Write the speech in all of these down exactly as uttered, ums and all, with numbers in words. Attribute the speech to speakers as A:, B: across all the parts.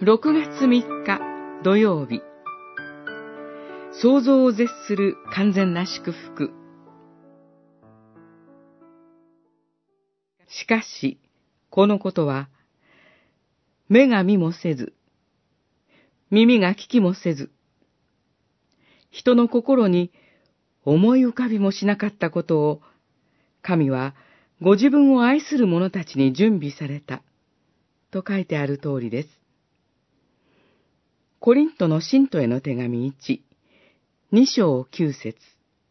A: ろくがつみっか土曜日、想像を絶する完全な祝福。しかし、このことは、目が見もせず、耳が聞きもせず、人の心に思い浮かびもしなかったことを、神はご自分を愛する者たちに準備された、と書いてある通りです。コリントの信徒への手紙いち、に章きゅう節。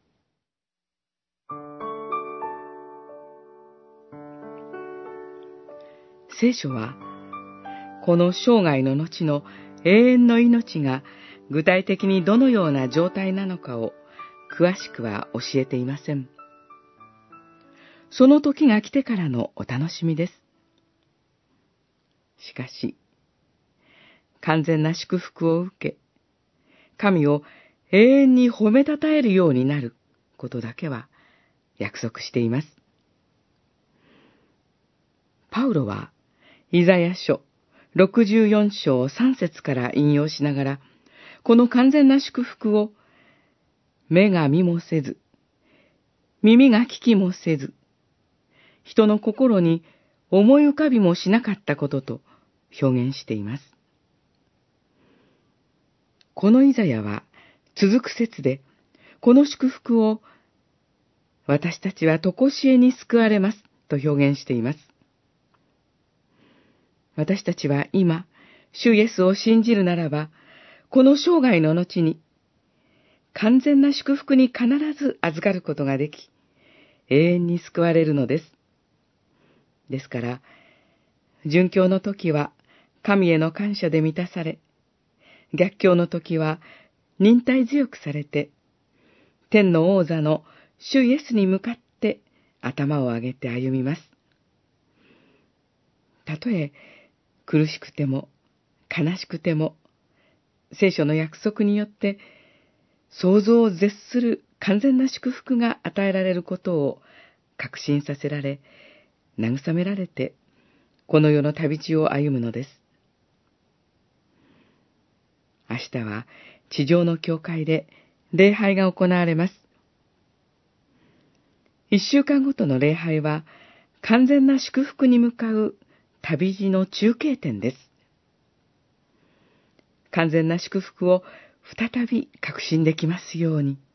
A: 聖書は、この生涯の後の永遠の命が具体的にどのような状態なのかを詳しくは教えていません。その時が来てからのお楽しみです。しかし、完全な祝福を受け、神を永遠に褒めたたえるようになることだけは約束しています。パウロは、イザヤ書ろくじゅうよん章さん節から引用しながら、この完全な祝福を、目が見もせず、耳が聞きもせず、人の心に思い浮かびもしなかったことと表現しています。このイザヤは続く節で、この祝福を私たちはとこしえに救われますと表現しています。私たちは今、主イエスを信じるならば、この生涯の後に完全な祝福に必ず預かることができ、永遠に救われるのです。ですから、殉教の時は神への感謝で満たされ、逆境の時は忍耐強くされて、天の王座の主イエスに向かって頭を上げて歩みます。たとえ苦しくても悲しくても、聖書の約束によって想像を絶する完全な祝福が与えられることを確信させられ、慰められて、この世の旅路を歩むのです。明日は地上の教会で礼拝が行われます。一週間ごとの礼拝は完全な祝福に向かう旅路の中継点です。完全な祝福を再び確信できますように。